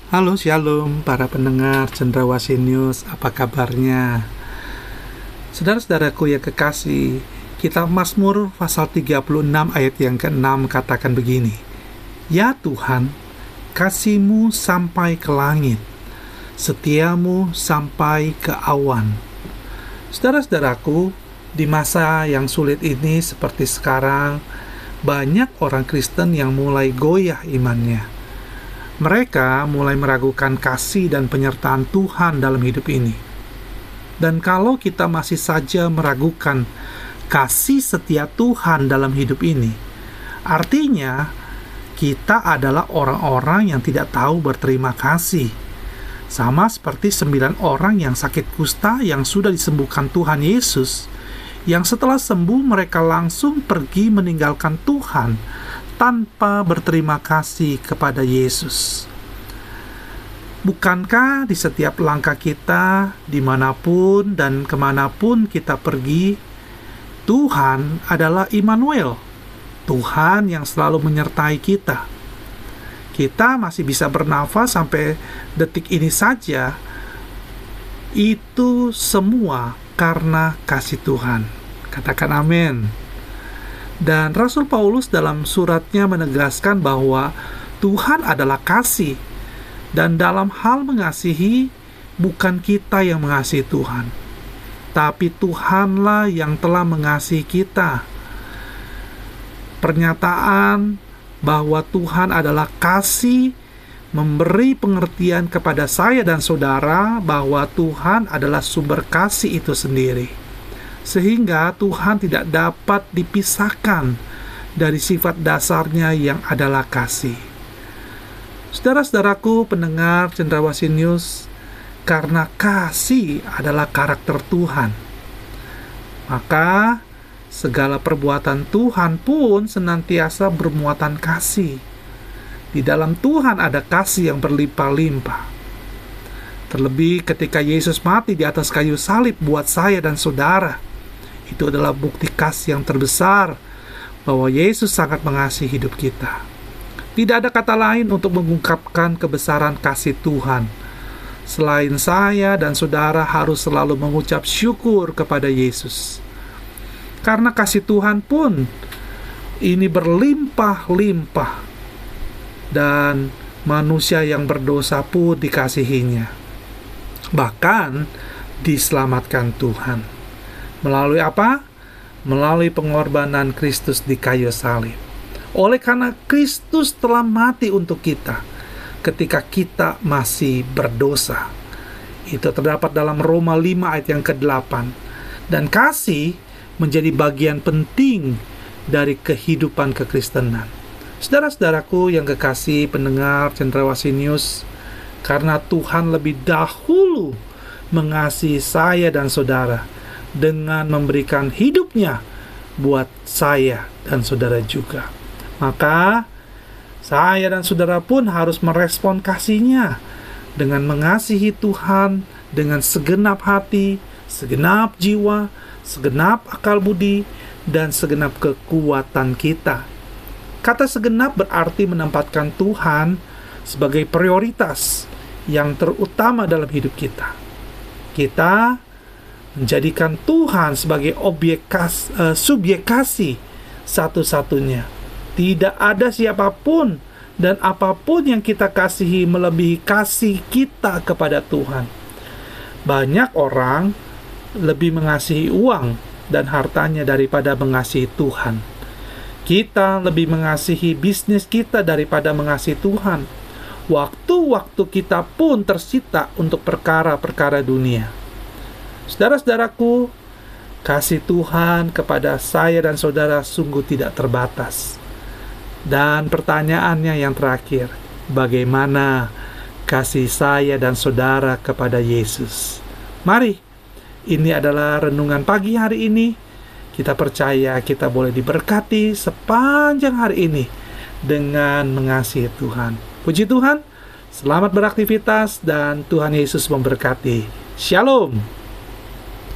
Halo Shalom para pendengar Cendrawasih News, apa kabarnya? Saudara-saudaraku yang kekasih, kitab Mazmur pasal 36 ayat yang ke-6 katakan begini: Ya Tuhan, kasih-Mu sampai ke langit, setia-Mu sampai ke awan. Saudara-saudaraku, di masa yang sulit ini seperti sekarang, banyak orang Kristen yang mulai goyah imannya. Mereka mulai meragukan kasih dan penyertaan Tuhan dalam hidup ini. Dan kalau kita masih saja meragukan kasih setia Tuhan dalam hidup ini, artinya kita adalah orang-orang yang tidak tahu berterima kasih. Sama seperti 9 orang yang sakit kusta yang sudah disembuhkan Tuhan Yesus, yang setelah sembuh mereka langsung pergi meninggalkan Tuhan tanpa berterima kasih kepada Yesus. Bukankah di setiap langkah kita, dimanapun dan kemanapun kita pergi, Tuhan adalah Immanuel, Tuhan yang selalu menyertai kita. Kita masih bisa bernafas sampai detik ini saja. Itu semua karena kasih Tuhan. Katakan amin. Dan Rasul Paulus dalam suratnya menegaskan bahwa Tuhan adalah kasih, dan dalam hal mengasihi bukan kita yang mengasihi Tuhan, tapi Tuhanlah yang telah mengasihi kita. Pernyataan bahwa Tuhan adalah kasih memberi pengertian kepada saya dan saudara bahwa Tuhan adalah sumber kasih itu sendiri, sehingga Tuhan tidak dapat dipisahkan dari sifat dasarnya yang adalah kasih. Saudara-saudaraku pendengar Cendrawasih News, karena kasih adalah karakter Tuhan, maka segala perbuatan Tuhan pun senantiasa bermuatan kasih. Di dalam Tuhan ada kasih yang berlimpah-limpah. Terlebih ketika Yesus mati di atas kayu salib buat saya dan saudara, itu adalah bukti kasih yang terbesar bahwa Yesus sangat mengasihi hidup kita. Tidak ada kata lain untuk mengungkapkan kebesaran kasih Tuhan. Selain saya dan saudara harus selalu mengucap syukur kepada Yesus. Karena kasih Tuhan pun ini berlimpah-limpah, dan manusia yang berdosa pun dikasihinya. Bahkan diselamatkan Tuhan. Melalui apa? Melalui pengorbanan Kristus di kayu salib. Oleh karena Kristus telah mati untuk kita ketika kita masih berdosa. Itu terdapat dalam Roma 5 ayat yang ke-8. Dan kasih menjadi bagian penting dari kehidupan kekristenan. Saudara-saudaraku yang kekasih pendengar Cendrawasih News, karena Tuhan lebih dahulu mengasihi saya dan saudara dengan memberikan hidupnya buat saya dan saudara juga, maka saya dan saudara pun harus merespon kasihnya dengan mengasihi Tuhan dengan segenap hati, segenap jiwa, segenap akal budi, dan segenap kekuatan kita. Kata segenap berarti menempatkan Tuhan sebagai prioritas yang terutama dalam hidup kita. Kita menjadikan Tuhan sebagai subjek kasih satu-satunya. Tidak ada siapapun dan apapun yang kita kasihi melebihi kasih kita kepada Tuhan. Banyak orang lebih mengasihi uang dan hartanya daripada mengasihi Tuhan. Kita lebih mengasihi bisnis kita daripada mengasihi Tuhan. Waktu-waktu kita pun tersita untuk perkara-perkara dunia. Saudara-saudaraku, kasih Tuhan kepada saya dan saudara sungguh tidak terbatas. Dan pertanyaannya yang terakhir, bagaimana kasih saya dan saudara kepada Yesus? Mari, ini adalah renungan pagi hari ini. Kita percaya kita boleh diberkati sepanjang hari ini dengan mengasihi Tuhan. Puji Tuhan, selamat beraktivitas dan Tuhan Yesus memberkati. Shalom.